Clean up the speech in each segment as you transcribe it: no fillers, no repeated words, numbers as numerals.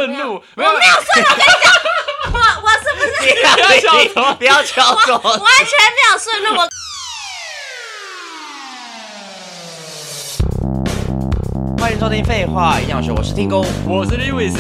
顺路， 我没有顺路，我跟你讲，我是不是不要敲桌， 完全没有顺路， 欢迎收听废话营养学，我是听工， 我是 Lewis，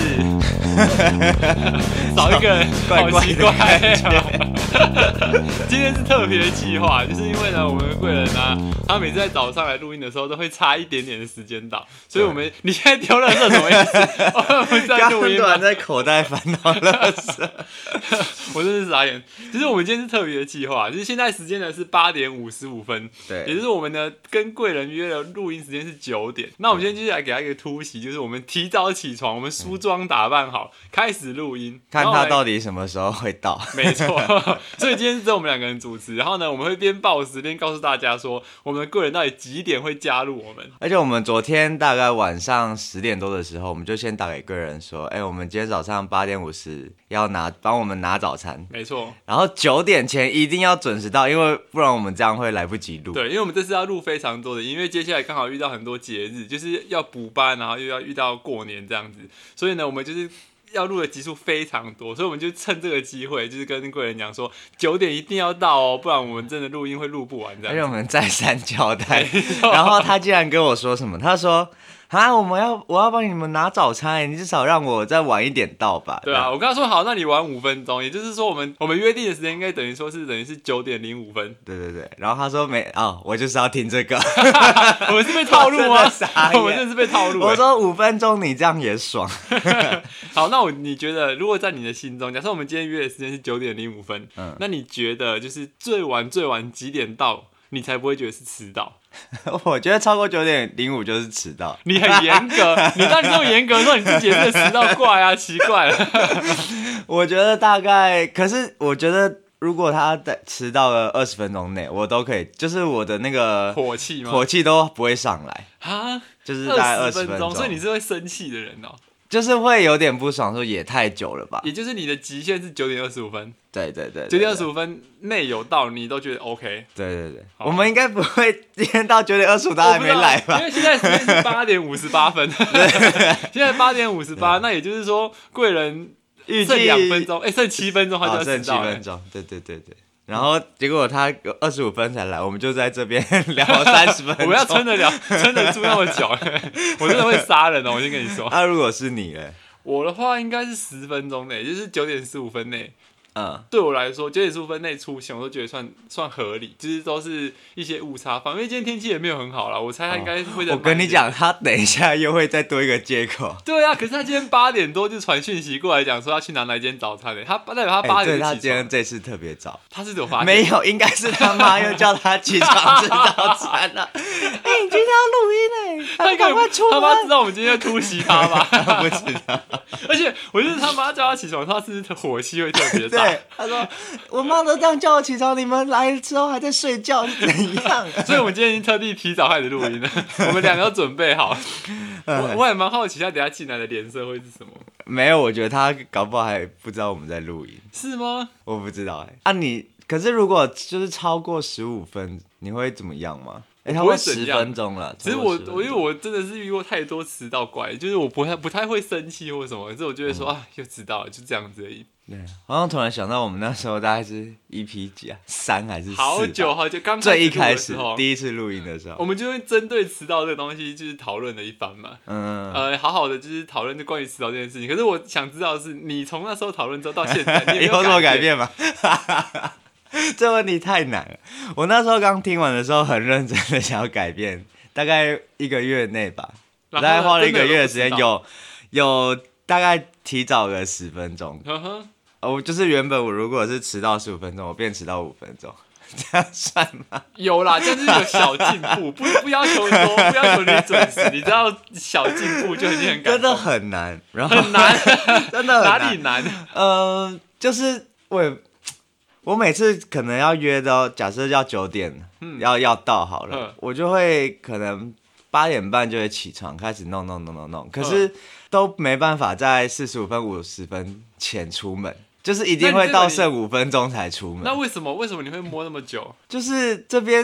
少一个人，好奇怪。今天是特别的计划，就是因为呢，我们的贵人啊，他每次在早上来录音的时候，都会差一点点的时间到，所以你现在丢垃圾什么意思？我们在录音吗？ 刚在口袋翻到垃圾， 我真是傻眼。就是我们今天是特别的计划，就是现在时间呢是8点55分， 对， 也就是我们呢跟贵人约的录音时间是9点。那我们今天接下来给他一个突袭，就是我们提早起床，我们梳妆打扮好，开始录音， 看他到底什么时候会到。 没错，所以今天是只有我们两个人主持，然后呢，我们会边报时边告诉大家说，我们的贵人到底几点会加入我们。 而且我们昨天大概晚上10点多的时候，我们就先打给贵人说，我们今天早上8点50要帮我们拿早餐， 没错。 然后9点前一定要准时到，因为不然我们这样会来不及录。 对，因为我们这次要录非常多的，因为接下来刚好遇到很多节日，就是要补班，然后又要遇到过年这样子，所以呢，我们就是要录的集数非常多，所以我们就趁这个机会，就是跟贵人讲说9点一定要到哦，不然我们真的录音会录不完这样子。 而且我们再三交代，然后他竟然跟我说什么？他说：“我要帮你们拿早餐，你至少让我再晚一点到吧。” 对啊，我跟他说好，那你晚5分钟，也就是说我们约定的时间应该等于是9点05分。 对对对，然后他说我就是要听这个， 我们是被套路吗？我们真的是被套路。 我说5分钟你这样也爽。 好，那你觉得，如果在你的心中，假设我们今天约的时间是9点05分，那你觉得就是最晚几点到，你才不会觉得是迟到？ 我觉得超过9点05就是迟到。 你很严格，你当你这么严格的时候，你自己也是迟到怪啊，奇怪了。 我觉得大概，可是我觉得如果他迟到了20分钟内，我都可以，就是我的那个火气都不会上来啊， 就是大概20 分钟，所以你是会生气的人哦。 就是会有点不爽，说也太久了吧。 也就是你的极限是9点25分。 对对对 ，9点25分内有到，你都觉得 OK。 对对对，我们应该不会今天到9点25，他还没来吧？ 因为现在时间是8点58分，现在8点58，那也就是说贵人剩2分钟，剩7分钟他就要迟到了。 剩7分钟，对对对对。然后结果他有25分才来，我们就在这边聊30分钟。 我们要撑得住那么久，我真的会杀人哦！我先跟你说。 如果是你嘞？ 我的话应该是10分钟内，就是9点15分内。 对我来说，9点15分内出现，我都觉得算合理，就是都是一些误差。反正因为今天天气也没有很好啦，我猜他应该会在。 我跟你讲，他等一下又会再多一个借口。 对啊，可是他今天8点多就传讯息过来讲说要去拿哪一间早餐他代表他8点就起床。 他今天这次特别早。 他是有发现？ 没有，应该是他妈又叫他起床吃早餐了。你今天要录音他赶快出门。 他妈知道我们今天要突袭他吗？ 他不知道。 而且我就是他妈叫他起床，他是火气会特别大。 对，他说我妈都这样叫我起床，你们来之后还在睡觉是怎样？ 所以我们今天已经特地提早开始录音了，我们两个都准备好。我也蛮好奇他等一下进来的脸色会是什么。 没有，我觉得他搞不好还不知道我们在录音。 是吗？ 我不知道可是如果就是超过15分，你会怎么样吗？他会10分钟了。 其实因为我真的是遇过太多迟到怪，就是我不太会生气或什么，可是我就会说又迟到了，就这样子而已。 对，好像突然想到我们那时候大概是EP几3还是4？ 好久，刚最一开始第一次录音的时候， 我们就会针对迟到这个东西就是讨论了一番嘛。好好的就是讨论就关于迟到这件事情。可是我想知道的是，你从那时候讨论之后到现在，你有什么改变吗？ 这问题太难了。我那时候刚听完的时候，很认真的想要改变，大概1个月内吧，大概花了1个月的时间，有大概提早个10分钟。我就是原本我如果是迟到15分钟，我变迟到5分钟，这样算吗？ 有啦，就是有小进步，不要求多，不要求你准时，你知道小进步就已经很感动。真的很难，然后很难， 真的很难。 哪里难？ 就是我每次可能要约到，假设要9点，要到好了，我就会可能8点半就会起床，开始弄，可是都没办法在45分50分前出门，就是一定会到剩5分钟才出门。 那为什么你会摸那么久？ 就是这边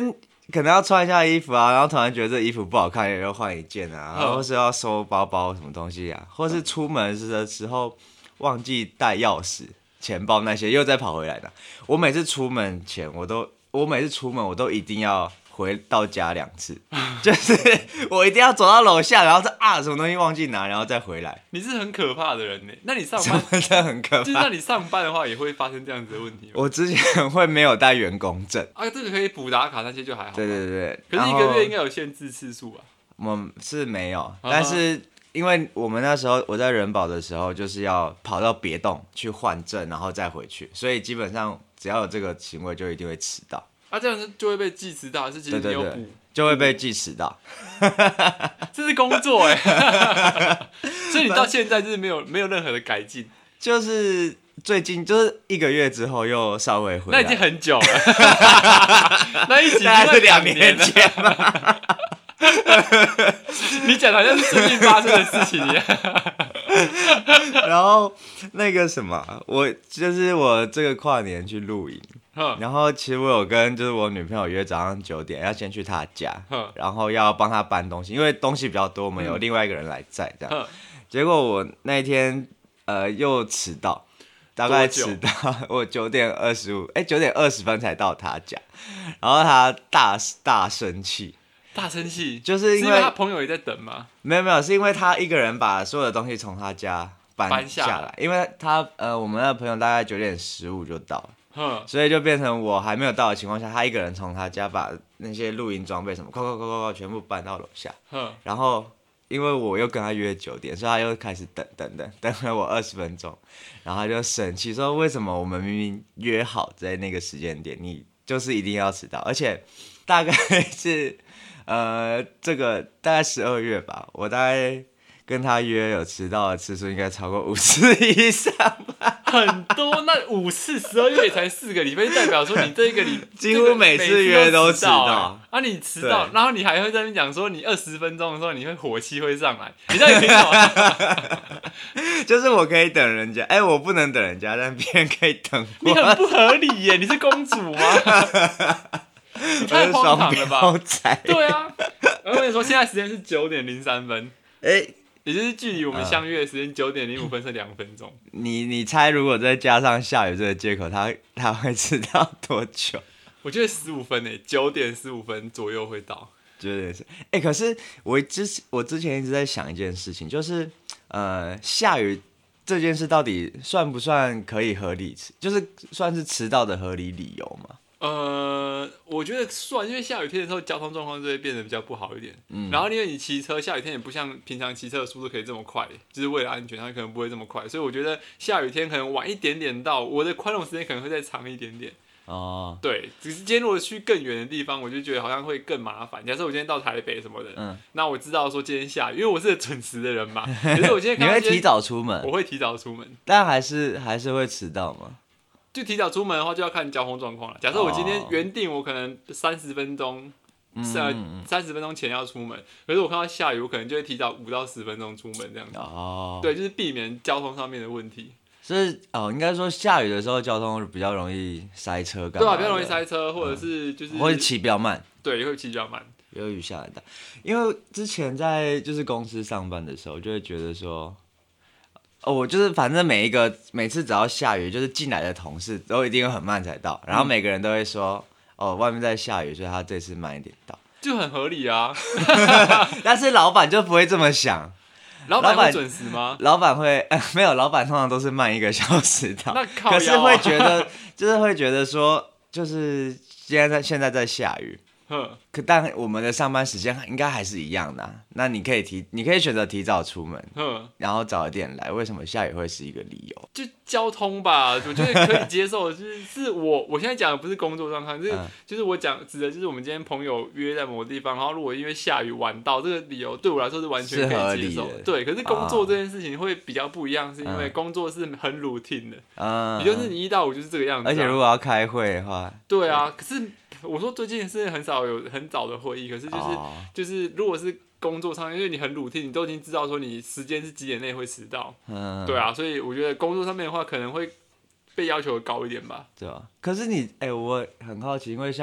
可能要穿一下衣服啊，然后突然觉得这衣服不好看，又换一件啊，然后是要收包包什么东西啊，或是出门的时候忘记带钥匙、钱包那些，又再跑回来的。我每次出门前，我每次出门我都一定要回到家2次，就是我一定要走到楼下，然后什么东西忘记拿，然后再回来。 你是很可怕的人呢。那你上班真的很可怕。 就是那你上班的话，也会发生这样子的问题吗？ 我之前会没有带员工证啊，这个可以补打卡那些就还好。 对对对。 可是一个月应该有限制次数吧？ 我是没有，但是因为我们那时候我在人保的时候，就是要跑到别栋去换证，然后再回去，所以基本上只要有这个行为，就一定会迟到。 啊，这样就会被记迟到，还是其实你有补？ 对，就会被记迟到。 这是工作哎，所以你到现在就是没有任何的改进。 就是最近就是1个月之后又稍微回来， 那已经很久了。那一集大概是2年前吧。 你讲的好像是最近发生的事情一样。 然后那个什么，我这个跨年去露营，然后其实我有跟就是我女朋友约早上9点要先去她家，然后要帮她搬东西，因为东西比较多，我们有另外一个人来载这样。结果我那一天又迟到，大概迟到我9点20分才到她家，然后她大生气。 大生气， 就是因为他朋友也在等吗？ 没有，是因为他一个人把所有的东西从他家搬下来，因为他我们的朋友大概9点15就到了，所以就变成我还没有到的情况下，他一个人从他家把那些露营装备什么快全部搬到楼下，然后因为我又跟他约9点，所以他又开始等了我20分钟，然后他就生气说为什么我们明明约好在那个时间点，你就是一定要迟到，而且大概是。这个大概12月吧，我大概跟他约有迟到的次数应该超过5次以上吧， 很多。那5次12月才4个礼拜，代表说你这一个几乎每次约都迟到。 啊，你迟到，然后你还会在那边讲说你20分钟的时候你会火气会上来，你到底凭什么？ 就是我可以等人家，我不能等人家，但别人可以等我。 你很不合理耶，你是公主吗？你太荒唐了吧！对啊，我跟你说，现在时间是9点03分，也就是距离我们相约的时间9点05分是2分钟。 你猜，如果再加上下雨这个借口，他会迟到多久？ 我觉得15分诶，9点15分左右会到。 绝对是。可是我之前一直在想一件事情，就是下雨这件事到底算不算可以合理，就是算是迟到的合理理由吗？ 我觉得算，因为下雨天的时候交通状况就会变得比较不好一点。然后因为你骑车，下雨天也不像平常骑车的速度可以这么快，就是为了安全，它可能不会这么快。所以我觉得下雨天可能晚一点点到，我的宽容时间可能会再长一点点。哦，对，只是今天如果去更远的地方，我就觉得好像会更麻烦。假设我今天到台北什么的，那我知道说今天下雨，因为我是准时的人嘛。可是我今天你会提早出门？ 我会提早出门， 但还是会迟到吗？ 就提早出门的话，就要看交通状况了。假设我今天原定我可能30分钟，30分钟前要出门，可是我看到下雨，我可能就会提早5到10分钟出门这样子。哦，对，就是避免交通上面的问题。 应该说下雨的时候交通比较容易塞车， 对啊，比较容易塞车，或者是或者骑比较慢， 对，会骑比较慢。 有雨下来的，因为之前在就是公司上班的时候，就会觉得说。我就是反正每次只要下雨，就是进来的同事都一定很慢才到，然后每个人都会说，外面在下雨，所以他这次慢一点到， 就很合理啊。 但是老板就不会这么想， 老板会准时吗？ 老板会没有，老板通常都是慢1个小时到， 那靠腰啊。 可是会觉得就是会觉得说，就是现在在下雨。但我们的上班时间应该还是一样的那你可以选择提早出门，然后早一点来。为什么下雨会是一个理由？ 就交通吧，我觉得可以接受。就是我现在讲的不是工作状况，就是我指的就是我们今天朋友约在某个地方，然后如果因为下雨晚到，这个理由对我来说是完全可以接受的。对，可是工作这件事情会比较不一样，是因为工作是很 routine 的，也就是你1到5就是这个样子。 而且如果要开会的话， 对啊，可是。我说最近是很少有很早的会议，可是就是如果是工作上，因为你很routine，你都已经知道说你时间是几点内会迟到，对啊，所以我觉得工作上面的话可能会被要求高一点吧。 对啊，可是我很好奇，因为像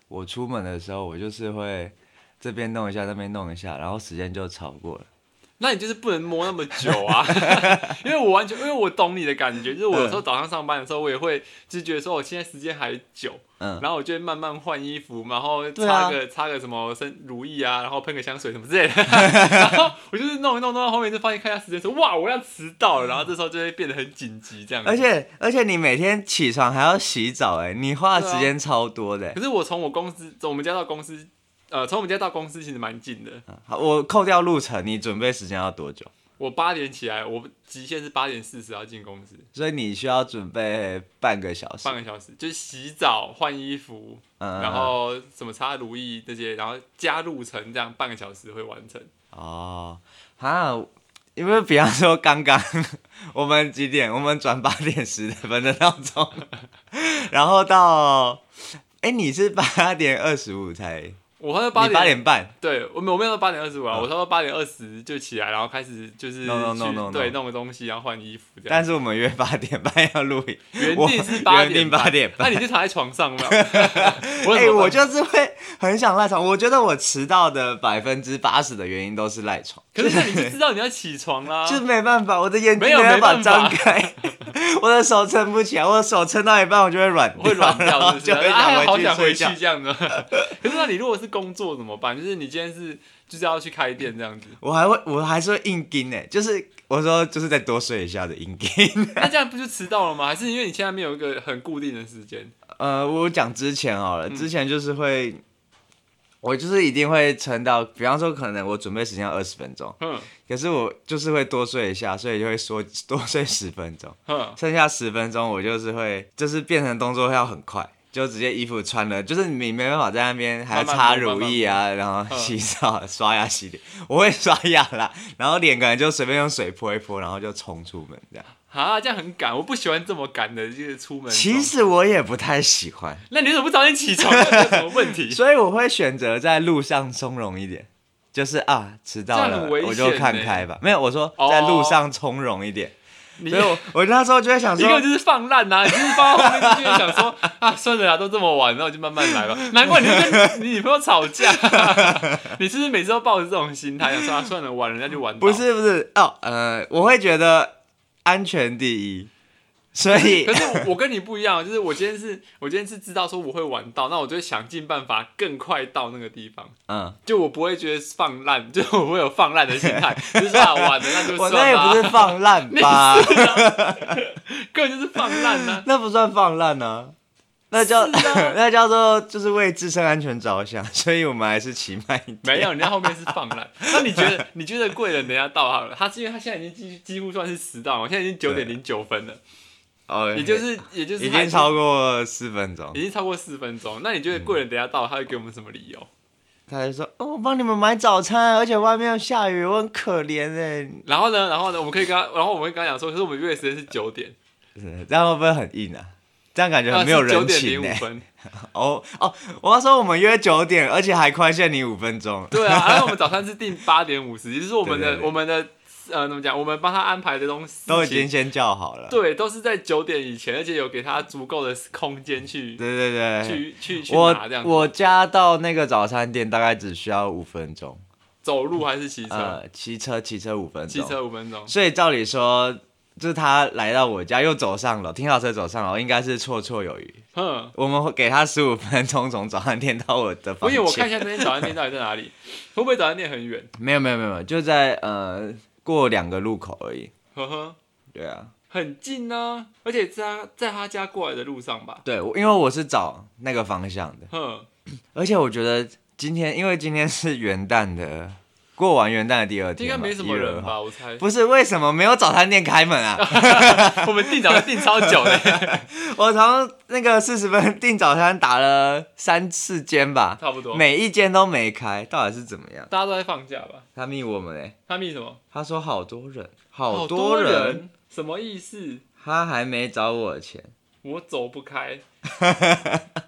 我出门的时候，我就是会这边弄一下，那边弄一下，然后时间就超过了。 那你就是不能摸那么久啊，因为我懂你的感觉，就是我有时候早上上班的时候，我也会就是觉得说我现在时间还久，然后我就会慢慢换衣服，然后擦个什么乳液啊，然后喷个香水什么之类的，然后我就是弄一弄到后面就发现看一下时间说哇我要迟到了，然后这时候就会变得很紧急这样子。 而且你每天起床还要洗澡，你花的时间超多的。 可是我从我们家到公司。从我们家到公司其实蛮近的。 好，我扣掉路程，你准备时间要多久？ 我8点起来，我极限是8点40要进公司， 所以你需要准备半个小时。 半个小时就是洗澡、换衣服，然后什么擦乳液这些，然后加路程，这样半个小时会完成。 哦，因为比方说刚刚我们几点？我们转8点10分的闹钟，然后到你是8点25才。 我好像 8点半， 对，我没有到8点25啊，我差不多8点20就起来，然后开始就是对弄个东西，然后换衣服这样。 但是我们约8点半要录影， 原定是8点半，那你就躺在床上吗？ 我就是会很想赖床，我觉得我迟到的80%的原因都是赖床。 可是你就知道你要起床啦， 就没办法，我的眼睛没办法张开，我的手撑不起来，我的手撑到一半我就会软掉， 就会想回去这样子。可是那你如果是工作怎么办？就是你今天就是要去开店这样子，我还是会硬盯就是我说就是再多睡一下的硬盯。 那这样不就迟到了吗？还是因为你现在没有一个很固定的时间？ 我讲之前好了，之前就是会。我就是一定会撑到，比方说可能我准备时间要20分钟，可是我就是会多睡一下，所以就会说多睡10分钟，剩下10分钟我就是会变成动作要很快，就直接衣服穿了，就是你没办法在那边还要擦乳液啊，然后洗澡、刷牙、洗脸，我会刷牙啦，然后脸可能就随便用水泼一泼，然后就冲出门这样。 这样很赶，我不喜欢这么赶的，就是出门。 其实我也不太喜欢。 那你怎么不早点起床？有什么问题？ 所以我会选择在路上从容一点，就是迟到了我就看开吧。没有，我说在路上从容一点。所以我那时候就会想说， 一个就是放烂啊，你就是放到后面就会想说算了啦，都这么晚，那我就慢慢来吧。难怪你跟你女朋友吵架，你是不是每次都抱着这种心态，想说算了，晚人家就晚到。 不是我会觉得安全第一。所以， 可是我跟你不一样，就是我今天是知道说我会晚到，那我就会想尽办法更快到那个地方。就我不会觉得放烂，就我会有放烂的心态，就是说晚了那就算了。 我那也不是放烂吧， 根本就是放烂啊！ 那不算放烂啊，那叫做就是为自身安全着想，所以我们还是骑慢一点。 没有，人家后面是放烂。那你觉得贵人等一下到好了，他是因为他现在已经几乎算是迟到了，我现在已经9点09分了。也就是已经超过4分钟， 已经超过4分钟。那你觉得贵人等一下到了，他会给我们什么理由？ 他就说：“我帮你们买早餐，而且外面要下雨，我很可怜哎。” 然后呢，我们会跟他讲说，可是我们约的时间是9点， 这样会不会很硬啊？这样感觉很没有人情 9点05分。 我要说我们约9点，而且还宽限你5分钟。 对啊，然后我们早餐是定8点50，也就是我们的怎么讲？我们帮他安排的东西都已经先叫好了。 对，都是在9点以前，而且有给他足够的空间去。 对， 去拿这样子。 我家到那个早餐店大概只需要5分钟。 走路还是骑车？ 骑车5分钟。 骑车5分钟。 所以照理说，就是他来到我家又走上楼，停好车走上楼，应该是绰绰有余。我们给他15分钟从早餐店到我的房间。 我看一下那间早餐店到底在哪里？会不会早餐店很远？ 没有，就在过2个路口而已。对啊， 很近啊，而且在他家过来的路上吧。 对，因为我是找那个方向的。而且我觉得因为今天是元旦的，过完元旦的第2天， 应该没什么人吧？我猜。 不是，为什么没有早餐店开门啊？ 我们订早餐订超久的。 我从那个40分订早餐打了3、4间吧， 差不多， 每一间都没开，到底是怎么样？ 大家都在放假吧？ 他密我们他密什么？ 他说好多人， 什么意思？ 他还没找我钱， 我走不开。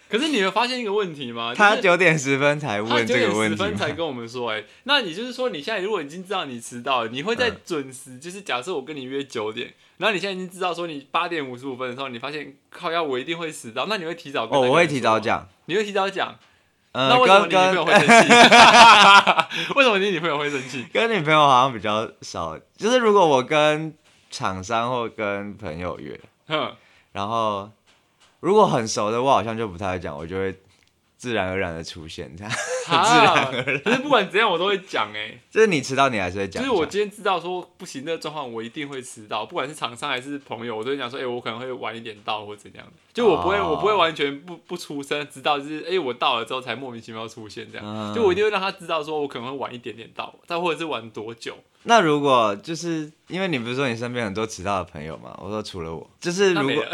可是你有发现一个问题吗？ 他9点10分才问这个问题， 他9点10分才跟我们说，那你就是说你现在如果已经知道你迟到了，你会在准时，就是假设我跟你约9点，然后你现在已经知道说你8点55分的时候，你发现靠腰我一定会迟到，那你会提早跟那个人说吗？ 我会提早讲， 你会提早讲。那为什么你女朋友会生气？为什么你女朋友会生气？ 跟女朋友好像比较少，就是如果我跟厂商或跟朋友约，然后如果很熟的，我好像就不太会讲，我就会自然而然的出现这样，自然而然。 可是不管怎样，我都会讲就是你迟到，你还是会讲。 就是我今天知道说不行，这个状况我一定会迟到，不管是厂商还是朋友，我都会讲说，我可能会晚一点到或怎样的。就我不会完全不出声，直到就是我到了之后才莫名其妙出现这样。就我一定会让他知道说我可能会晚一点点到，再或者是晚多久。 那如果就是因为你不是说你身边很多迟到的朋友吗？我说除了我，就是如果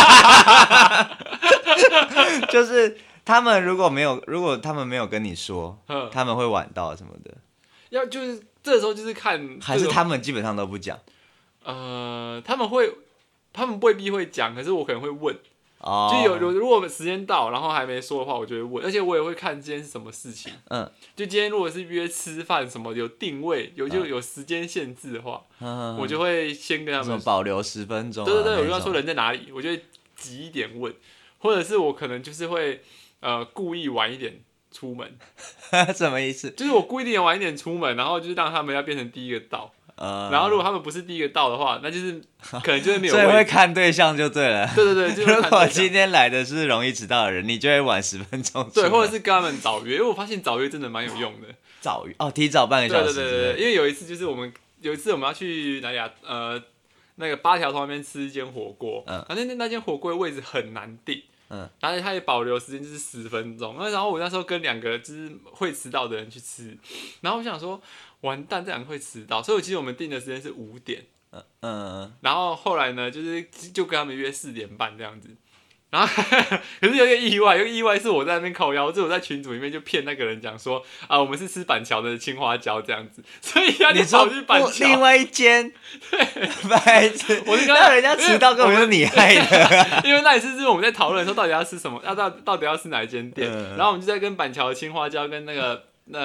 就是他们如果他们没有跟你说，他们会晚到什么的， 要就是这时候就是看， 还是他们基本上都不讲。 他们未必会讲，可是我可能会问。就如果时间到，然后还没说的话，我就会问，而且我也会看今天是什么事情。就今天如果是约吃饭什么有定位，有时间限制的话，我就会先跟他们保留10分钟。 对，我就要说人在哪里，我就会急一点问，或者是我可能就是会故意晚一点出门。 什么意思？ 就是我故意晚一点出门，然后就是让他们要变成第一个到。然后如果他们不是第一个到的话，那就是可能就是没有位置。 所以会看对象就对了。 对，就是如果今天来的是容易迟到的人，你就会晚10分钟。 对，或者是跟他们早约，因为我发现早约真的蛮有用的。 早约提早半个小时。 对，因为有一次我们要去哪里啊？那个8条通那边吃一间火锅，那间火锅的位置很难订。然后他也保留时间就是10分钟，然后我那时候跟2个就是会迟到的人去吃，然后我想说完蛋，这2个会迟到，所以其实我们定的时间是5点，然后后来呢就跟他们约4点半这样子，然后可是有点意外是我在那边靠腰，我在群组里面就骗那个人讲说我们是吃板桥的青花椒这样子，所以他就跑去板桥另外一间， 对， 白痴，我就让人家迟到根本就是你害的， 因为那一次是我们在讨论说到底要吃什么，到底要吃哪一间店，然后我们就在跟板桥的青花椒跟那个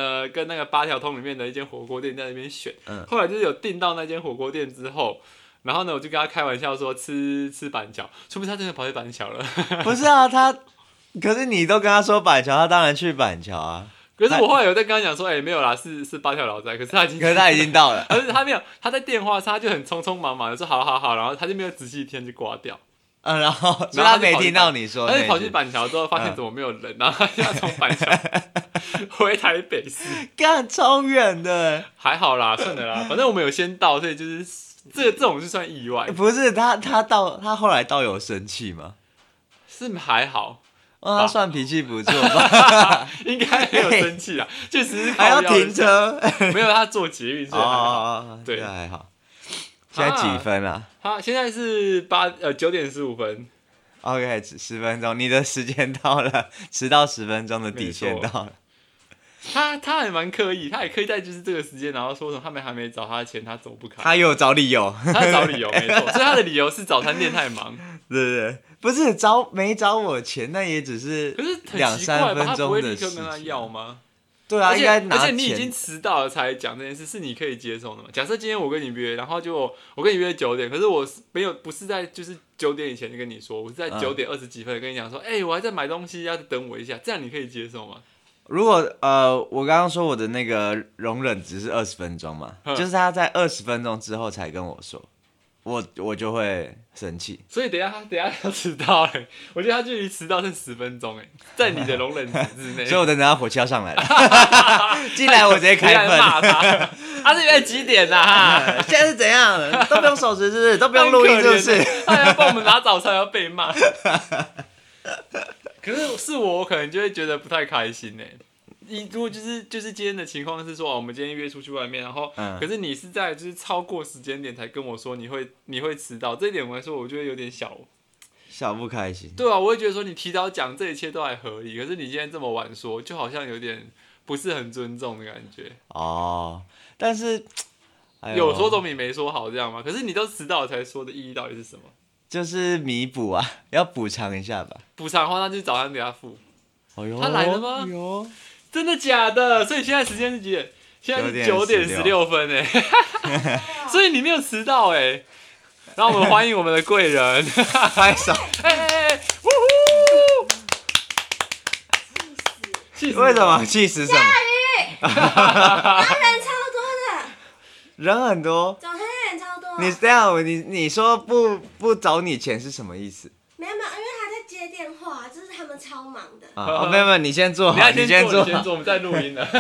8条通里面的一间火锅店在那边选，后来就是有订到那间火锅店之后。然后呢，我就跟他开玩笑说吃板桥，说不定他真的跑去板桥了。 不是啊，可是你都跟他说板桥，他当然去板桥啊。 可是我后来有在跟他讲说，没有啦，是8条老宅，可是他已经到了。 可是他没有，他在电话上他就很匆匆忙忙的说好，然后他就没有仔细听就挂掉。 然后他没听到你说， 他就跑去板桥之后发现怎么没有人，然后他就要从板桥回台北市， 干超远的。 还好啦，算了啦，反正我们有先到，所以就是。这种是算意外， 不是他后来到有生气吗？ 是还好， 他算脾气不错吧？ 应该没有生气啦，确实是还要停车， 没有他坐捷运，所以还好，对， 还好。现在几分啊？ 他现在是9点15分。 OK， 10分钟，你的时间到了，迟到10分钟的底线到了。 他还蛮刻意，他也刻意在就是这个时间，然后说什么他们还没找他的钱，他走不开。 他有找理由， 他找理由没错，所以他的理由是早餐店太忙。 对，不是没找我钱，那也只是2-3分钟的事情。他不会立刻跟他要吗？对啊，应该拿钱。而且你已经迟到了才讲这件事，是你可以接受的吗？假设今天我跟你约，然后就我跟你约9点，可是我不是在就是9点以前就跟你说，我是在9点20几分跟你讲说，我还在买东西，要等我一下，这样你可以接受吗？ 如果我刚刚说我的那个容忍值是20分钟嘛，就是他在20分钟之后才跟我说，我就会生气。 所以等一下要迟到我觉得他距离迟到剩10分钟在你的容忍值之内。 所以我等他火气要上来了，进来我直接开喷骂他。他是原来几点啊？ 现在是怎样？都不用守时是不是？都不用录音是不是？ 他还要帮我们拿早餐要被骂。可是我可能就会觉得不太开心如果就是今天的情况是说，我们今天约出去外面，然后可是你是在就是超过时间点才跟我说你会迟到，这一点我来说我就会有点小不开心。 对啊，我会觉得说你提早讲这一切都还合理，可是你今天这么晚说，就好像有点不是很尊重的感觉。 但是有说总比没说好这样吗？可是你都迟到了才说的意义到底是什么？ 就是弥补啊，要补偿一下吧。 补偿的话，那就是早餐给他付。 哦哟， 他来了吗有， 真的假的？所以现在时间是几点？现在是9:16哎，所以你没有迟到哎。让我们欢迎我们的贵人， 拍手！ 呜呼！气死！ 为什么气死什么？ 下雨，人超多的， 人很多。 早餐人超多。 你这样，你说不找你钱是什么意思？ 没有，因为他在接电话，就是他们超忙的。 啊，没有，你先做好， 你先做，我们在录音了。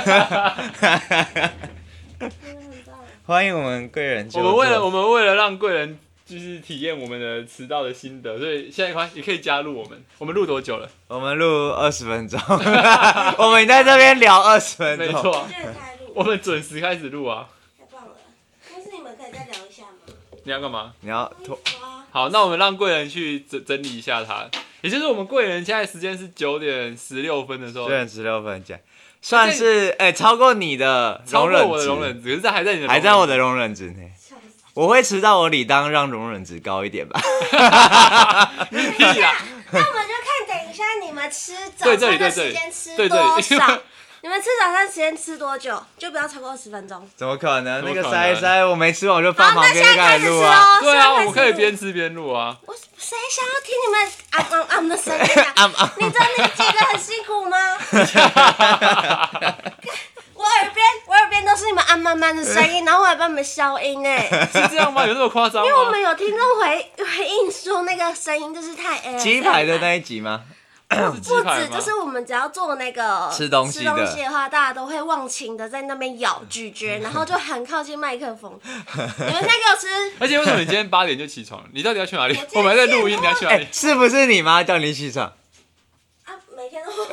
欢迎我们贵人。 我们为了让贵人就是体验我们的迟到的心得，所以现在也可以加入我们。我们录多久了？ 我们录20分钟，我们在这边聊20分钟。 没错，我们准时开始录啊。 太棒了！但是你们可以再聊一下吗？ 你要干嘛？ 你要脱。 好，那我们让贵人去整理一下他，也就是我们贵人现在时间是9:16的时候 9:16讲，算是超过你的容忍值， 超过我的容忍值，可是还在你的还在我的容忍值内。我会迟到，我理当让容忍值高一点吧。 屁啦！ 那我们就看等一下你们吃早餐的时间吃多少。你们吃早餐时间吃多久？就不要超过20分钟。 怎么可能？那个塞，我没吃完我就放旁边就开始录啊。 对啊，我们可以边吃边录啊。 谁想要听你们的声音啊？你知道你记得很辛苦吗？我耳边都是你们慢慢的声音，然后我还帮你们消音哎。 是这样吗？有这么夸张吗？ 因为我们有听众回应说那个声音就是太鸡排的那一集吗？ 不止，就是我们只要做那个吃东西的话，大家都会忘情的在那边咬咀嚼，然后就很靠近麦克风。你们现在给我吃。 而且为什么你今天8点就起床？你到底要去哪里？我们还在录音，你要去哪里？ 是不是你妈叫你起床？ 啊，每天都。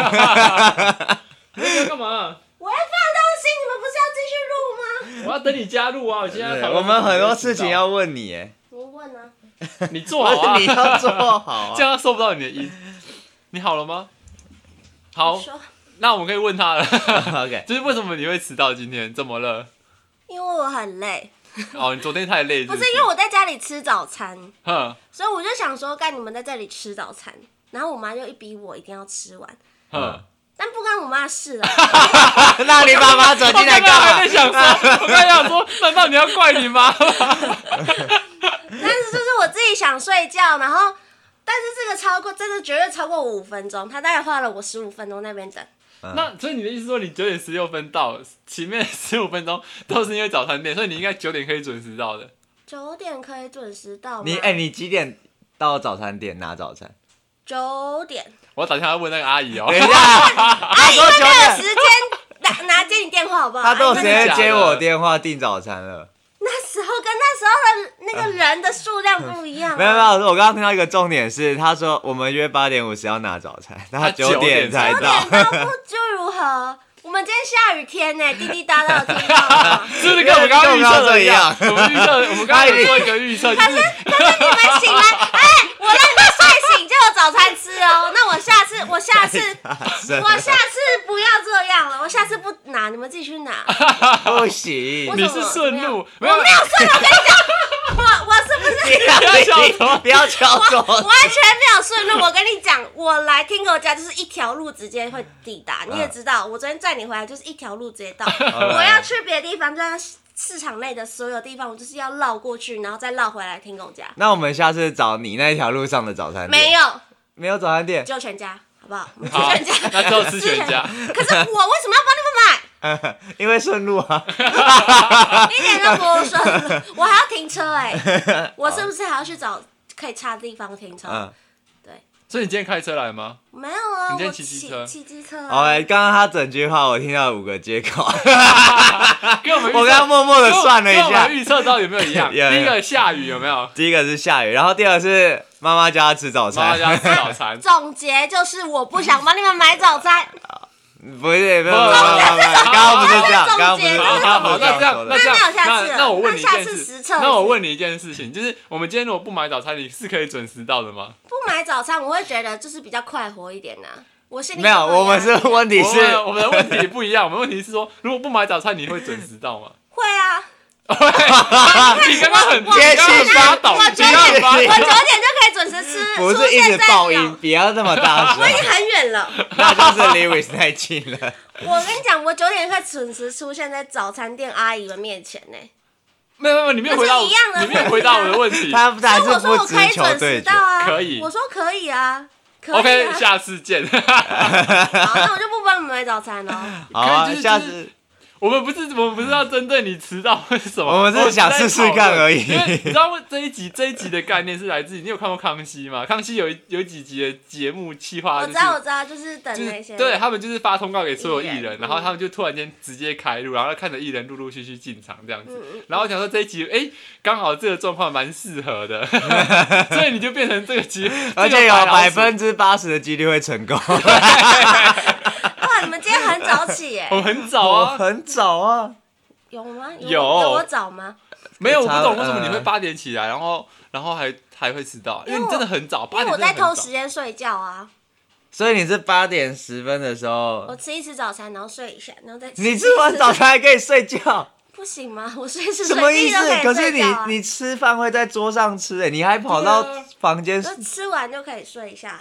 你要干嘛？ 我要放东西，你们不是要继续录吗？ 我要等你加入啊！我现在我们很多事情要问你哎。 我问啊。 你做好啊！ 你要做好啊， 这样他收不到你的音。你好了吗？好，那我们可以问他了。 OK， 就是为什么你会迟到？今天怎么了？ 因为我很累。 哦，你昨天太累是不是？ 不是，因为我在家里吃早餐， 所以我就想说，干你们在这里吃早餐，然后我妈就一逼我一定要吃完。但不干我妈的事了。 那你爸妈走进来干嘛？ 我刚才想说，难道你要怪你妈吗？ 但是就是我自己想睡觉，然后。但是这个真的绝对超过我5分钟，他大概花了我15分钟那边等。 那所以你的意思说，你9:16到，前面15分钟都是因为早餐店，所以你应该9点可以准时到的。 9点可以准时到吗？ 你几点到早餐店拿早餐 ？9点。 我打电话问那个阿姨哦。 等一下， 阿姨会没有时间拿接你电话好不好？ 他都有时间接我电话订早餐了。 那时候跟那时候的那个人的数量不一样。 没有，我刚刚听到一个重点是，他说我们约8:50要拿早餐，他9点才到。 9点到不就如何？我们今天下雨天呢，滴滴答答的听到吗？ 是不是跟我们刚刚预测的一样？我们刚刚有做一个预测。 可是你们醒来，我让你们睡醒就有早餐吃哦。那我下次不要这样了，我下次不拿，你们自己去拿。 不行， 你是顺路， 我没有顺路，我跟你讲，我是不是？ 不要敲手， 我完全没有顺路。我跟你讲，我来听狗家就是一条路直接会抵达，你也知道，我昨天载你回来就是一条路直接到。我要去别的地方，就在市场内的所有地方，我就是要绕过去，然后再绕回来听狗家。 那我们下次找你那一条路上的早餐店。没有早餐店， 只有全家，好不好？我们吃全家， 那就吃全家。 可是我为什么要帮你们买？ 因为顺路啊， 一点都不顺路，我还要停车我是不是还要去找可以插的地方停车？对。 所以你今天开车来吗？ 没有啊， 你今天骑机车。 骑机车。 刚刚他整句话我听到5个接口， 我刚刚默默的算了一下，跟我们预测到有没有一样？第一个下雨有没有？ 第一个是下雨，然后第二个是妈妈叫他吃早餐。 总结就是我不想帮你们买早餐。 不是，刚刚不是这样，刚刚不是这样。那我问你一件事， 那我问你一件事情，就是我们今天如果不买早餐，你是可以准时到的吗？ 不买早餐，我会觉得就是比较快活一点啊。我心里没有，我们是问题是我们的问题不一样，我们问题是说，如果不买早餐，你会准时到吗？ 会啊。 你刚刚很接续发抖， 我9点就可以准时吃， 不是一直爆音，不要那么大声。 我已经很远了， 那就是 Lewis 太近了。 我跟你讲，我9点可以准时出现在早餐店阿姨们面前呢。 没有，你没有回答我，你没有回答我的问题。 他还是我说我可以不准时到啊， 可以。 我说可以啊。 OK， 下次见。 好，那我就不帮你们买早餐了。 好啊，下次。 我们不是要针对你迟到或是什么， 我们是想试试看而已。 因为你知道这一集的概念是来自于你有看过康熙吗？康熙有几集的节目企划， 我知道，就是等那些， 对他们就是发通告给所有艺人，然后他们就突然间直接开录，然后看着艺人陆陆续续进场这样子。然后我想说这一集，刚好这个状况蛮适合的，所以你就变成这个集， 而且有80%的几率会成功。 哇，你们今天很早起耶！ 我很早啊， 很早啊。 有吗？ 有我早吗？ 没有，我不懂为什么你会8点起来，然后还会迟到，因为你真的很早。8点因为我在偷时间睡觉啊。 所以你是8点10分的时候， 我吃一吃早餐，然后睡一下，然后再吃。 你吃完早餐还可以睡觉？ 不行吗？我随时什么意思？可是你吃饭会在桌上吃，你还跑到房间， 就吃完就可以睡一下。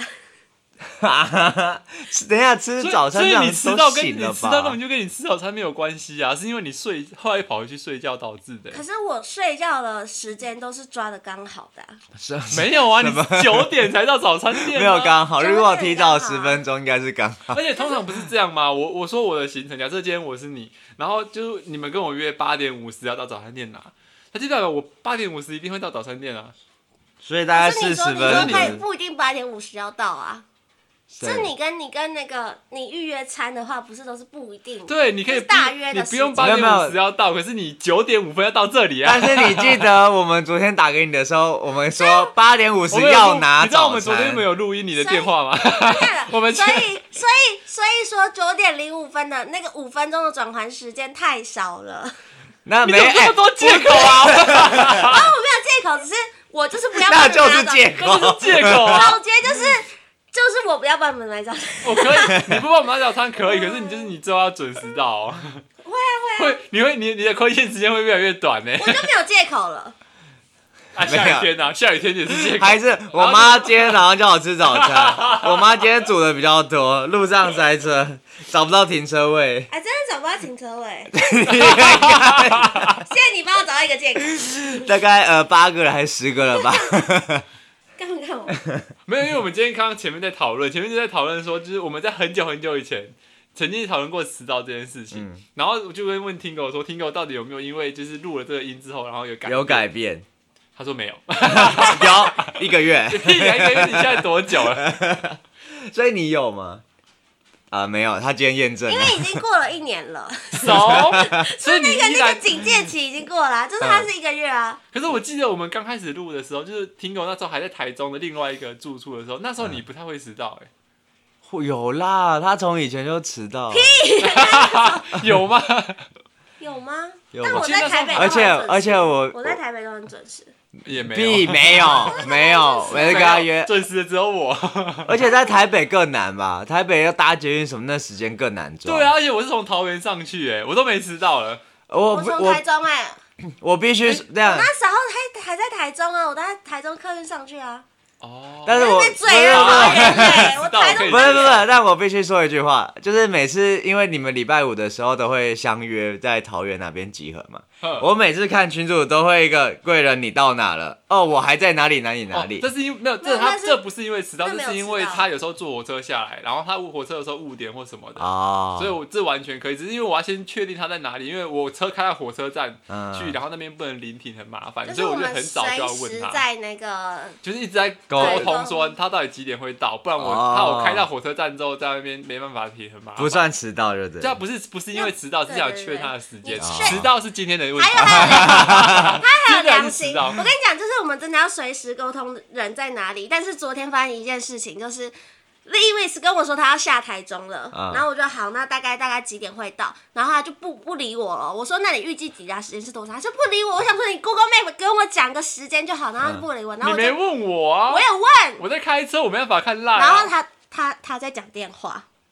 等一下吃早餐这样你迟到根本就跟你吃早餐没有关系啊，是因为你后来跑回去睡觉导致的。 可是我睡觉的时间都是抓的刚好的。 没有啊，你9点才到早餐店。 没有刚好，如果提早10分钟应该是刚好。 而且通常不是这样吗？我说我的行程，假设今天我是你，然后就是你们跟我约8点50要到早餐店拿，那就代表我8点50一定会到早餐店啊。 所以大概40分。 你不一定8点50要到啊。是你跟那个你预约餐的话，不是都是不一定。 对，你可以大约的， 你不用8点50要到，可是你9点5分要到这里啊。 但是你记得我们昨天打给你的时候，我们说8点50要拿早餐。 你知道我们昨天没有录音你的电话吗？我们所以说9点05分的那个5分钟的转换时间太少了。 那没这么多借口啊！ 我没有借口，只是我就是不要。 那就是借口， 借口啊！ 总结就是我不要帮你们买早餐。 我可以，你不帮我买早餐可以，可是你之后要准时到哦。 会啊。 你的空闲时间会越来越短呢。 我就没有借口了。 下雨天也是借口。 还是我妈今天早上叫我吃早餐，我妈今天煮的比较多，路上塞车，找不到停车位。 真的找不到停车位。现在你帮我找到一个借口。 大概8个了还是10个了吧？ 干我？ 没有，因为我们今天刚刚前面就在讨论说，就是我们在很久很久以前曾经讨论过迟到这件事情，然后我就会问 Tingo 说 ，Tingo 到底有没有因为就是录了这个音之后，然后有改变？他说没有， 有1个月。 1个月，你现在多久了？ 所以你有吗？没有，他今天验证了， 因为已经过了1年了， 所以那个警戒期已经过了，就是它是1个月啊。 可是我记得我们刚开始录的时候，就是 Tingo 那时候还在台中的另外一个住处的时候，那时候你不太会迟到有啦，他从以前就迟到。 屁！ 有吗？ 有吗？ 但我在台北， 而且我在台北都很准时。 也没有， 屁没有，没人跟他约， 准时的只有我。 而且在台北更难吧？台北要搭捷运什么，那时间更难抓。 对啊，而且我是从桃园上去，我都没迟到了。 我从台中我必须这样。 我那时候还在台中啊，我在台中客运上去啊。 但是我不是，但我必须说一句话，就是每次因为你们礼拜5的时候都会相约在桃园那边集合嘛，我每次看群组都会一个贵人你到哪了？我还在哪里。 这是因为没有，这不是因为迟到，这是因为他有时候坐火车下来，然后他火车有时候误点或什么的，所以我这完全可以，只是因为我要先确定他在哪里，因为我车开到火车站去，然后那边不能临停，很麻烦，所以我就很早就要问他， 在那个就是一直在沟通说他到底几点会到，不然怕我开到火车站之后在那边没办法停，很麻烦。 不算迟到，对不对？ 这不是因为迟到，是想确认他的时间。迟到是今天的问题。 他还有良心。我跟你讲，就是我们真的要随时沟通人在哪里。但是昨天发生一件事情，就是Lewis 跟我说他要下台中了，然后我就好，那大概几点会到？然后他就不理我了。我说那你预计抵达时间是多少？他就不理我。我想说你 Google Map 跟我讲个时间就好，然后他就不理我。然后你没问我啊？ 我有问， 我在开车，我没办法看 LINE。 然后他在讲电话。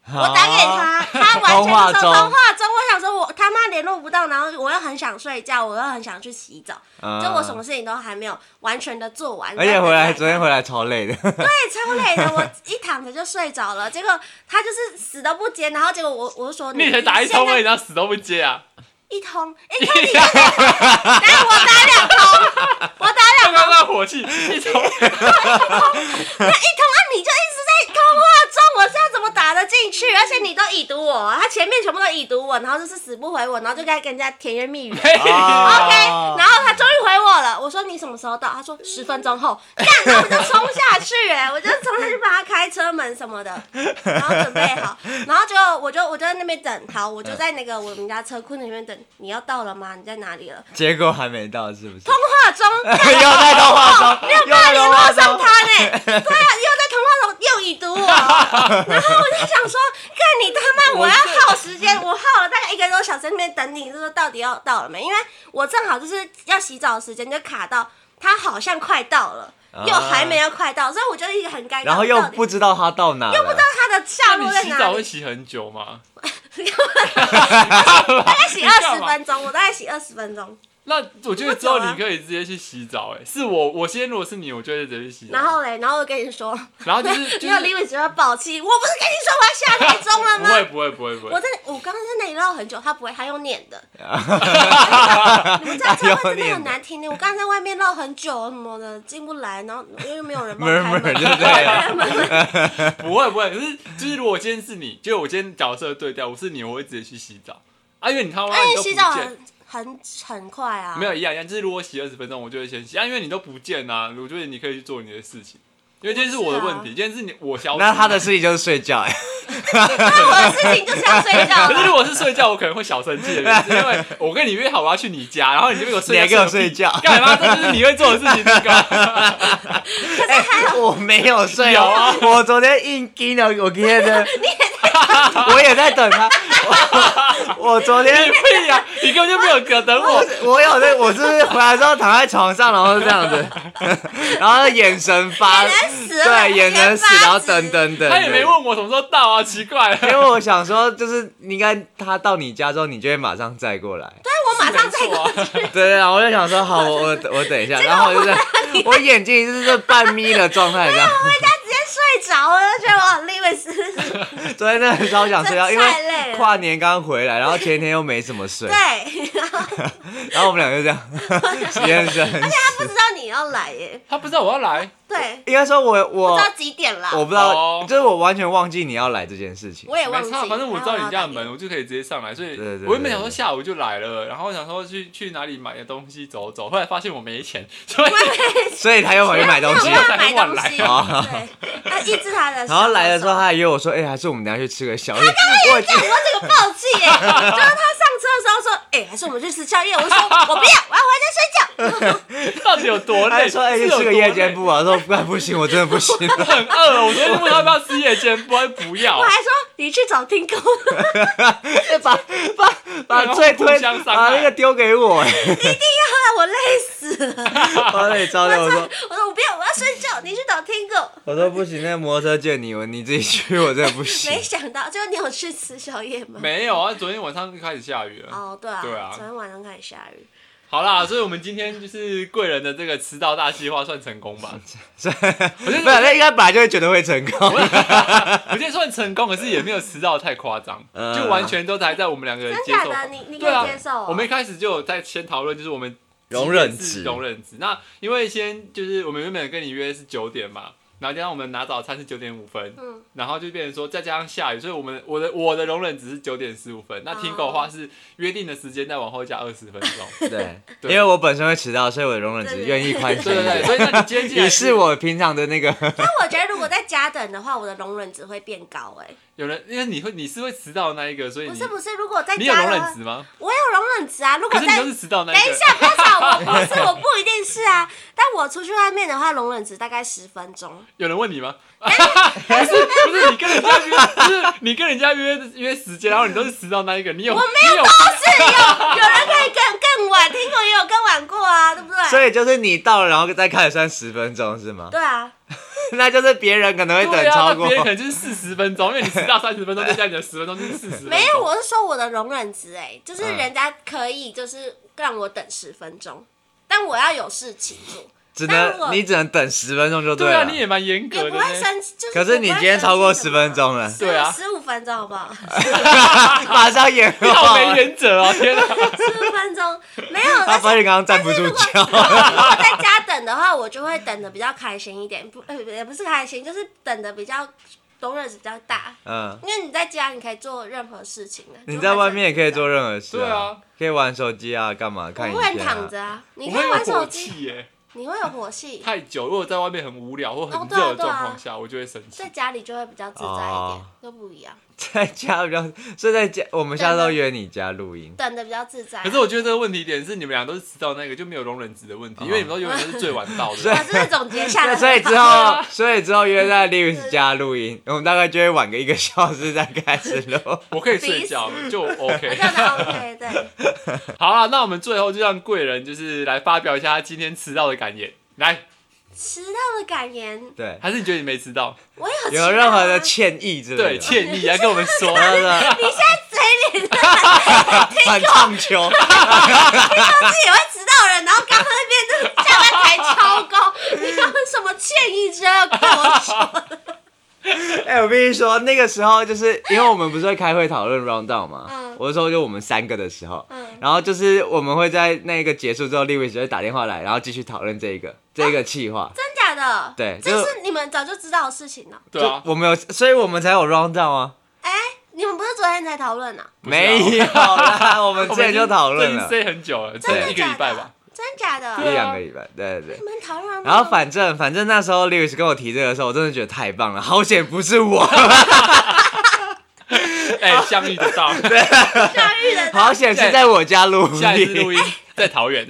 我打给他，他完全通话中， 我想说我他妈联络不到，然后我又很想睡觉，我又很想去洗澡，就我什么事情都还没有完全的做完。 而且昨天回来超累的。 对，超累的，我一躺着就睡着了。结果他就是死都不接，然后结果我就说你才打1通而已，然后死都不接啊？ 一通你就但我打2通， 刚刚那火气一通， 那一通啊，你就一直在通话中，我是要怎么打得进去？而且你都已读我，他前面全部都已读我，然后就是死不回我，然后就该跟人家甜言蜜语。OK， 然后他终于回我了，我说你什么时候到？他说10分钟后。干，然后我就冲下去，我就冲下去帮他开车门什么的，然后准备好，然后就我就在那边等，好，我就在那个我们家车库那边等。你要到了吗？你在哪里了？ 结果还没到，是不是？ 通话中， 又在通话中， 没有办法联络上他呢。对啊，又在通话中又已读我，然后我就想说，看你他妈，我要耗时间，我耗了大概1个多小时在那边等你，就说到底要到了没？因为我正好就是要洗澡的时间就卡到，他好像快到了。又还没有快到，所以我就一个很尴尬， 然后又不知道他到哪， 又不知道他的下落在哪里。 你洗澡会洗很久吗？ 大概洗20分钟，我大概洗20分钟。 那我觉得之后你可以直接去洗澡，是我先如果是你，我就会直接去洗澡。 然后嘞，然后我跟你说， 然后就是你有李伟只会爆气，我不是跟你说我要下台中了吗？ 不会。 我刚刚在那里唠很久，他不会，他用念的。你们这样会真的很难听的。我刚刚在外面唠很久什么的，进不来，然后因为没有人帮我开门， 就这样。 不会，可是就是如果今天是你，就我今天角色对调，我是你，我会直接去洗澡啊，因为你他妈你都不见。 很快啊， 没有一样，就是如果洗20分钟，我就会先洗啊，因为你都不见啊，我觉得你可以去做你的事情，因为今天是我的问题，今天是我消失， 那他的事情就是睡觉， 那我的事情就是要睡觉。 可是如果是睡觉，我可能会小生气的原因，是因为我跟你约好我要去你家，然后你就给我睡觉， 你还给我睡觉， 干嘛？这就是你会做的事情，这个。 可是还好， 我没有睡， 有啊， 我昨天硬盯了，我今天的，我也在等他。我昨天你屁呀！你根本就没有等我。 我有在，我是回来之后躺在床上，然后这样子，然后眼神发，对，眼神死，然后等。 他也没问我什么时候到啊，奇怪了。 因为我想说，就是应该他到你家之后，你就会马上载过来。 对，我马上载过去。 对，然后我就想说，好，我等一下，然后我就在，我眼睛就是半眯的状态这样。 我回家直接睡着，我就觉得我好累， 昨天真的超想睡觉，因为跨年刚回来，然后前一天又没怎么睡。 对。 然后我们俩就这样，实验室。 而且他不知道你要来耶。 他不知道我要来。 对。 应该说我不知道几点啦。 我不知道，就是我完全忘记你要来这件事情。 我也忘记。 反正我知道你家的门，我就可以直接上来，所以我原本想说下午就来了，然后想说去哪里买个东西走，后来发现我没钱， 所以他又回去买东西， 才晚来。对，他抑制他的。 然后来的时候他还约我说，还是我们等下去吃个宵夜。 他刚刚也讲过这个暴气耶，就是他上车的时候说，还是我们去吃宵夜。我说我不要，我要回家睡觉。 到底有多累？ 他说去吃个夜间部啊，说不行，我真的不行， 我很饿。我昨天问他要不要吃夜间部，他不要。 我还说你去找听狗， 把最推把那个丢给我， 一定要让我累死了。 我累糟了，我说我不要，我要睡觉，你去找听狗。 我说不行，那个摩托车借你自己去，我真的不行。 没想到，就你有去吃宵夜吗？ 没有啊，昨天晚上就开始下雨了。 哦，对啊，昨天晚上开始下雨。 好啦，所以我们今天就是贵人的这个迟到大计划算成功吧？ 我觉得那应该本来就会觉得会成功。 我觉得算成功，可是也没有迟到太夸张，就完全都还在我们2个人接受。 真假的？你可以接受？ 我们一开始就有在先讨论，就是我们容忍值。 那因为就是我们原本跟你约是9点嘛。然后加上我们拿早餐是9点5分，然后就变成说再加上下雨，所以我的容忍值是9点15分。那听狗的话是约定的时间再往后加20分钟。对， 因为我本身会迟到，所以我的容忍值愿意宽松。 对，所以那你今天也是我平常的那个。 但我觉得如果在加等的话，我的容忍值会变高有人因为你是会迟到的那一个，所以不是，如果在加你有容忍值吗？ 我有容忍值啊，如果可是你都是迟到那一个。 等一下，不要吵我不一定是啊，但我出去外面的话，容忍值大概10分钟。 有人问你吗？不是你跟人家约，就是你跟人家约时间，然后你都是迟到那一个，我没有，都是有人可以更晚，听过也有更晚过啊，对不对？ 所以就是你到了，然后再开始算10分钟是吗？ 对啊。 那就是别人可能会对啊， 等超过那别人可能就是40分钟，因为你迟到30分钟，再加你的10分钟就是40分钟。 没有，我是说我的容忍值就是人家可以就是让我等10分钟，但我要有事情做。 你只能等10分钟就了。 对啊，你也蛮严格的。 也不会生气，就是。 可是你今天超过10分钟了。 对啊 ，15分钟好不好？ 马上演化。 好没原则哦！天哪 ，15分钟没有。 他发现刚刚站不住脚。 如果在家等的话，我就会等的比较开心一点，也不是开心，就是等的比较容忍值比较大。因为你在家你可以做任何事情啊。 你在外面也可以做任何事。 对啊， 可以玩手机啊，干嘛？看影片。我会躺着啊，你可以玩手机耶。 你会有火气？ 太久，如果在外面很无聊或很热的状况下，我就会生气。 在家里就会比较自在一点，都不一样。 在家比较，所以在家，我们下次都约你家录音， 等的比较自在。 可是我觉得这个问题点是你们俩都是迟到那个，就没有容忍值的问题，因为你们都永远都是最晚到的。 我这是总结下来。 所以之后约在 Lewis 家录音，我们大概就会晚个1个小时再开始录。 我可以睡觉就 OK。 OK， 对。 好了，那我们最后就让贵人就是来发表一下他今天迟到的感言。来， 迟到的感言。 对， 还是你觉得你没迟到？ 我有迟到。 有任何的歉意之类的？ 对，歉意来跟我们说。 你现在嘴里很唱秋。 听说自己也会迟到的人，然后刚刚那边就是下巴抬超高，你有什么歉意之类要跟我说的？ 我必须说，那个时候就是因为我们不是会开会讨论 round down 嘛，我是说就我们3个的时候，然后就是我们会在那个结束之后 ，Lewis 就会打电话来，然后继续讨论这一个企划。 真假的？ 对， 这是你们早就知道的事情了。 对啊， 我们有，所以我们才有 round down 啊。 你们不是昨天才讨论啊？ 没有啦，我们之前就讨论了， 这很久了，这1个礼拜吧。 真假的 ？1-2个礼拜，对。 你们讨论。 然后反正那时候 Lewis 跟我提这个的时候，我真的觉得太棒了，好险不是我。 相遇得到， 对， 相遇得到， 好险是在我家录音， 下一次录音在桃园。 所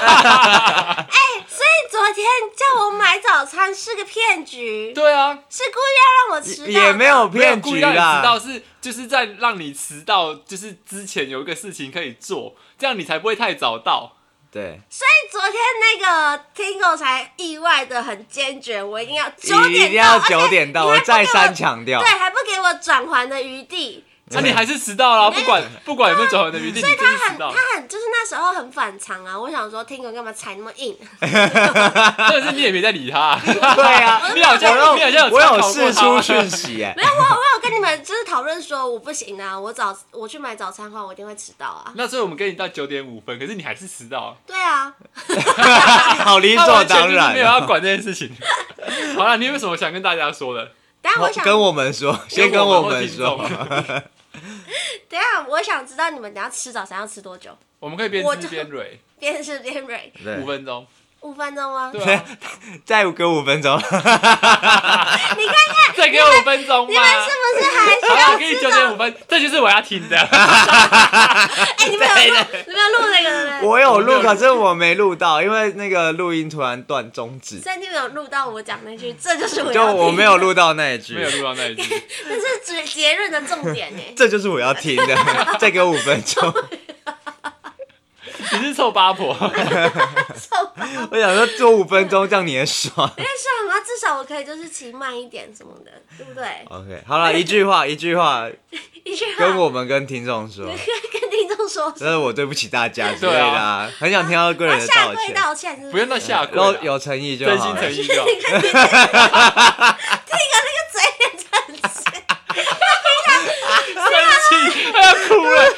以昨天叫我买早餐是个骗局。 对啊， 是故意要让我迟到。 也没有骗局啦， 迟到就是在让你迟到，就是之前有一个事情可以做，这样你才不会太早到。 对， 所以昨天那个 Tingo 才意外的很坚决，我一定要9点到， 我再三强调， 对，还不给我转圜的余地。 那你还是迟到了，不管有没有转圜的余地， 所以你就是迟到。 他很就是那时候很反常啊，我想说 Tingo 干嘛踩那么硬？ 但是你也没在理他。 对啊， 你好像我有释出讯息没有，我有跟你们就是讨论说我不行啊，我去买早餐的话，我一定会迟到啊。 那所以我们跟你到9点5分，可是你还是迟到啊。 对啊， 好理所当然， 没有要管这件事情。好了，你有什么想跟大家说的？ 等下我想跟我们说，先跟我们说。 等下我想知道你们等下吃早餐要吃多久？ 我们可以边吃边蕊， 边吃边蕊 ，5分钟。 5分钟吗？ 对啊， 再给我5分钟。 你看看， 再给我5分钟吗？ 你们是不是还需要？ 我给你9点5分，这就是我要听的。 你们有录那个吗？ 我有录，可是我没录到，因为那个录音突然断终止。 所以你们有录到我讲那句，这就是我要听的。 就我没有录到那一句， 没有录到那一句。 这是结论的重点哎。 这就是我要听的，再给我5分钟。 你是臭八婆。 我想说做5分钟，这样你也爽。 因为爽啊，至少我可以就是骑慢一点什么的，对不对 ？OK， 好了，一句话，跟我们跟听众说， 跟听众说， 这是我对不起大家之类的啊，很想听到贵人的道歉。 道歉， 不用到下跪， 有诚意就好， 真心诚意就好。 听那个嘴脸真是， 生气，他要哭了。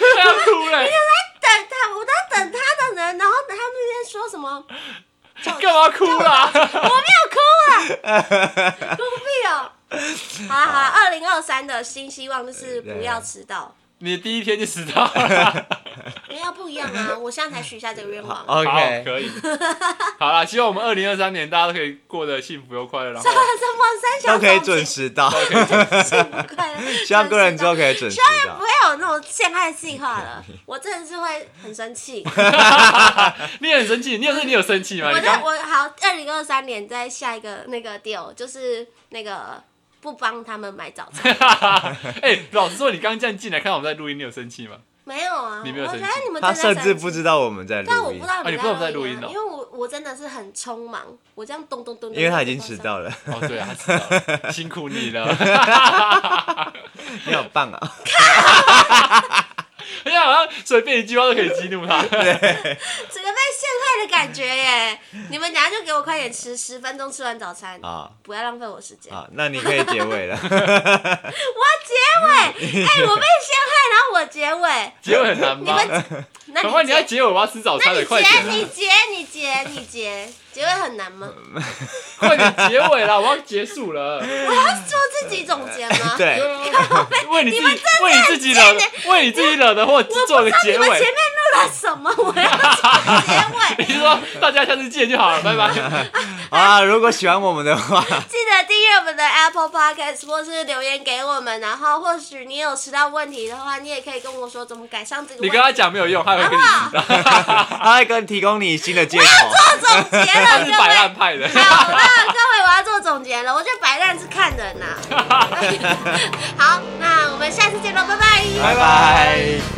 我在等他的人，然后他们那边说什么？ 干嘛哭啦？ 我没有哭啊，哭屁哦！好了，2023的新希望就是不要迟到。 你的第一天就迟到了。 没有不一样啊！我现在才许下这个愿望。 OK， 可以。好啦，希望我们2023年大家都可以过得幸福又快乐，然后都可以准时到， 幸福快乐。 希望个人之后可以准时希望到， 不会有那种陷害计划了。我真的是会很生气。 你很生气，你有生气吗？ 我好，2023年再下一个那个 deal 就是那个。不帮他们买早餐。 老实说，你刚刚这样进来看到我们在录音，你有生气吗？ 没有啊， 你没有生气。 你们他甚至不知道我们在录音， 但我不知道你们在录音， 因为我我真的是很匆忙，我这样咚咚咚， 因为他已经迟到了。 哦，对啊，他迟到了，辛苦你了。 你好棒啊！ 好像随便一句话都可以激怒他。 对， 整个被陷害的感觉耶！你们等下就给我快点吃，10分钟吃完早餐啊，不要浪费我时间啊。那你可以结尾了。 我结尾，我被陷害，然后我结尾， 结尾很难吗？赶快你要结尾，我要吃早餐了，快点！ 你结，结尾很难吗？ 快点结尾啦，我要结束了。 我要做自己总结吗？ 对， 为你自己惹的祸，做个结尾。 我不知道你们前面录了什么，我要做结尾。 你是说大家下次见就好了，拜拜。 啊，如果喜欢我们的话， 记得订阅我们的 Apple Podcast 或是留言给我们，然后或许你有吃到问题的话，你也可以跟我说怎么改善这个问题。 你跟他讲没有用，他会跟你知道， 他会跟提供你新的借口。 我要做总结了， 他是摆烂派的。 好了，各位，我要做总结了。我觉得摆烂是看人呐。好，那我们下次见喽，拜拜。 拜拜。